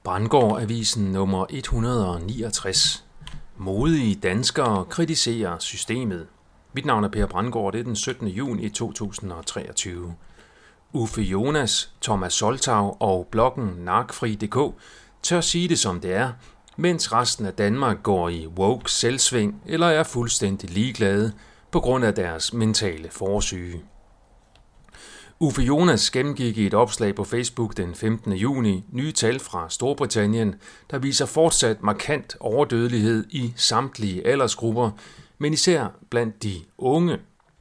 Brandgård-avisen nummer 169. Modige danskere kritiserer systemet. Mit navn er Per Brandgård, det er den 17. juni 2023. Uffe Jonas, Thomas Soltau og bloggen narkfri.dk tør sige det som det er, mens resten af Danmark går i woke selvsving eller er fuldstændig ligeglade på grund af deres mentale forsyge. Uffe Jonas gennemgik i et opslag på Facebook den 15. juni nye tal fra Storbritannien, der viser fortsat markant overdødelighed i samtlige aldersgrupper, men især blandt de unge.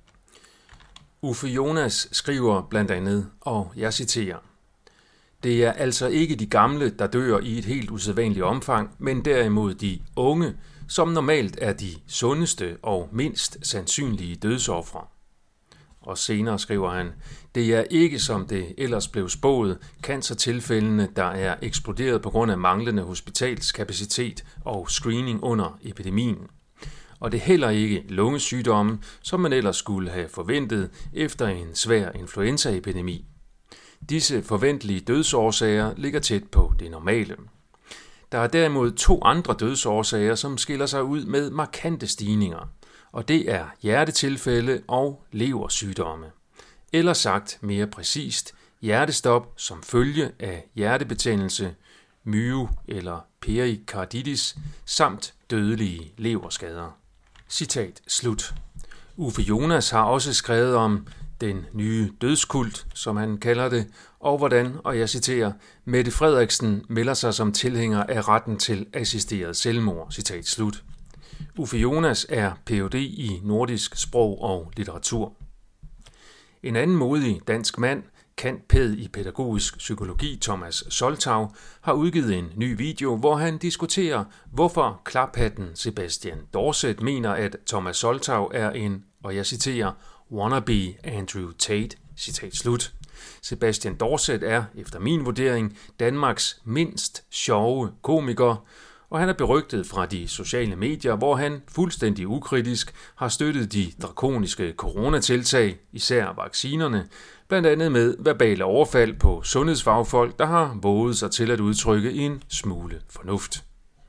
Uffe Jonas skriver blandt andet, og jeg citerer: "Det er altså ikke de gamle, der dør i et helt usædvanligt omfang, men derimod de unge, som normalt er de sundeste og mindst sandsynlige dødsofre." Og senere skriver han: "Det er ikke, som det ellers blev spået, cancertilfældene, der er eksploderet på grund af manglende hospitalskapacitet og screening under epidemien. Og det er heller ikke lungesygdomme, som man ellers skulle have forventet efter en svær influenzaepidemi. Disse forventelige dødsårsager ligger tæt på det normale. Der er derimod 2 andre dødsårsager, som skiller sig ud med markante stigninger, og det er hjertetilfælde og leversygdomme. Eller sagt mere præcist, hjertestop som følge af hjertebetændelse, myo- eller perikarditis samt dødelige leverskader." Citat slut. Uffe Jonas har også skrevet om den nye dødskult, som han kalder det, og hvordan, og jeg citerer, "Mette Frederiksen melder sig som tilhænger af retten til assisteret selvmord." Citat slut. Uffe Jonas er Ph.D. i nordisk sprog og litteratur. En anden modig dansk mand, cand.pæd. i pædagogisk psykologi Thomas Soltau, har udgivet en ny video, hvor han diskuterer, hvorfor klaphatten Sebastian Dorset mener, at Thomas Soltau er en, og jeg citerer, wannabe Andrew Tate. Citat slut. Sebastian Dorset er, efter min vurdering, Danmarks mindst sjove komiker, og han er berygtet fra de sociale medier, hvor han fuldstændig ukritisk har støttet de drakoniske coronatiltag, især vaccinerne, blandt andet med verbale overfald på sundhedsfagfolk, der har våget sig til at udtrykke en smule fornuft.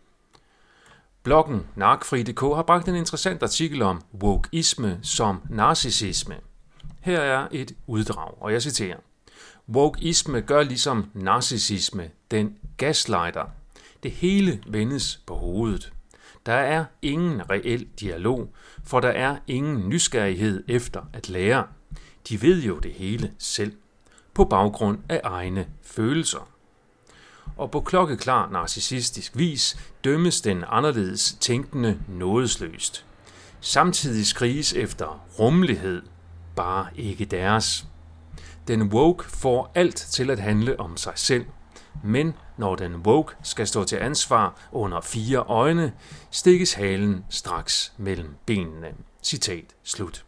Bloggen narkfri.dk har bragt en interessant artikel om wokeisme som narcissisme. Her er et uddrag, og jeg citerer: "Wokeisme gør ligesom narcissisme, den gaslighter. Det hele vendes på hovedet. Der er ingen reel dialog, for der er ingen nysgerrighed efter at lære. De ved jo det hele selv, på baggrund af egne følelser. Og på klokkeklar narcissistisk vis dømmes den anderledes tænkende nådesløst. Samtidig skriges efter rummelighed, bare ikke deres. Den woke får alt til at handle om sig selv, men når den woke skal stå til ansvar under 4 øjne, stikkes halen straks mellem benene." Citat slut.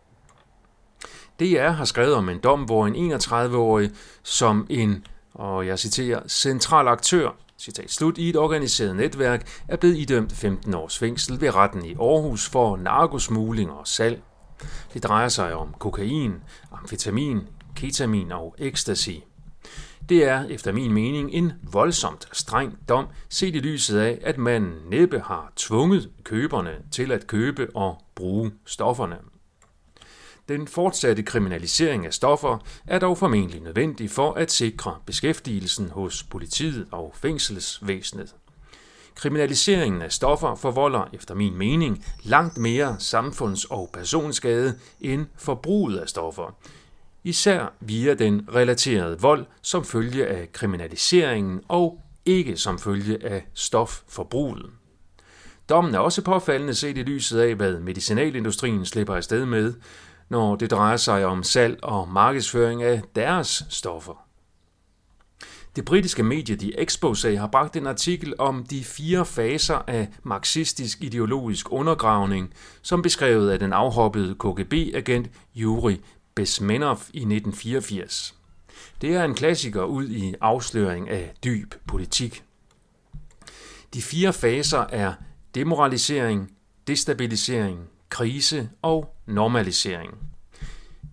DR har skrevet om en dom, hvor en 31-årig som en, og jeg citerer, central aktør, citat slut, i et organiseret netværk er blevet idømt 15 års fængsel ved retten i Aarhus for narkosmugling og salg. Det drejer sig om kokain, amfetamin, ketamin og ecstasy. Det er efter min mening en voldsomt streng dom, set i lyset af, at man næppe har tvunget køberne til at købe og bruge stofferne. Den fortsatte kriminalisering af stoffer er dog formentlig nødvendig for at sikre beskæftigelsen hos politiet og fængselsvæsenet. Kriminaliseringen af stoffer forvolder efter min mening langt mere samfunds- og personskade end forbruget af stoffer, især via den relaterede vold som følge af kriminaliseringen og ikke som følge af stofforbruget. Dommen er også påfaldende set i lyset af, hvad medicinalindustrien slipper afsted med, når det drejer sig om salg og markedsføring af deres stoffer. Det britiske medie The Exposé har bragt en artikel om de 4 faser af marxistisk ideologisk undergravning, som beskrevet af den afhoppede KGB-agent Yuri Bezmenov i 1984. Det er en klassiker ud i afsløring af dyb politik. De 4 faser er demoralisering, destabilisering, krise og normalisering.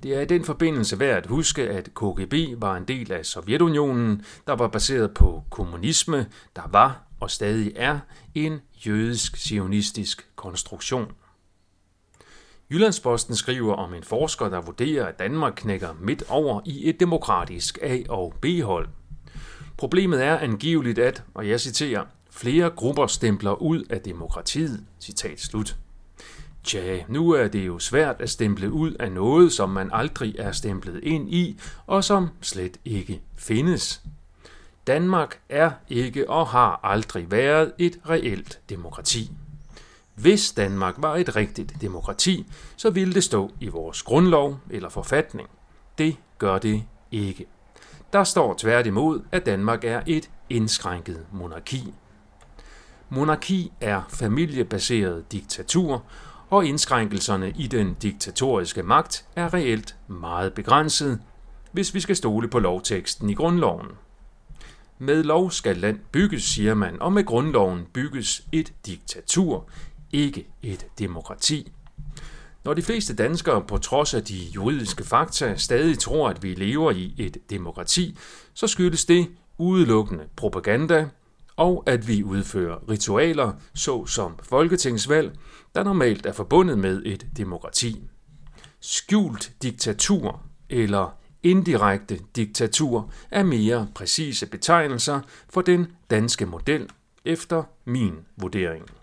Det er i den forbindelse værd at huske, at KGB var en del af Sovjetunionen, der var baseret på kommunisme, der var og stadig er en jødisk-zionistisk konstruktion. Jyllandsposten skriver om en forsker, der vurderer, at Danmark knækker midt over i et demokratisk A- og B-hold. Problemet er angiveligt, at, og jeg citerer, flere grupper stempler ud af demokratiet. Citat slut. Tja, nu er det jo svært at stemple ud af noget, som man aldrig er stemplet ind i, og som slet ikke findes. Danmark er ikke og har aldrig været et reelt demokrati. Hvis Danmark var et rigtigt demokrati, så ville det stå i vores grundlov eller forfatning. Det gør det ikke. Der står tværtimod, at Danmark er et indskrænket monarki. Monarki er familiebaseret diktatur, og indskrænkelserne i den diktatoriske magt er reelt meget begrænset, hvis vi skal stole på lovteksten i grundloven. Med lov skal land bygges, siger man, og med grundloven bygges et diktatur, ikke et demokrati. Når de fleste danskere på trods af de juridiske fakta stadig tror, at vi lever i et demokrati, så skyldes det udelukkende propaganda, og at vi udfører ritualer, såsom folketingsvalg, der normalt er forbundet med et demokrati. Skjult diktatur eller indirekte diktatur er mere præcise betegnelser for den danske model, efter min vurdering.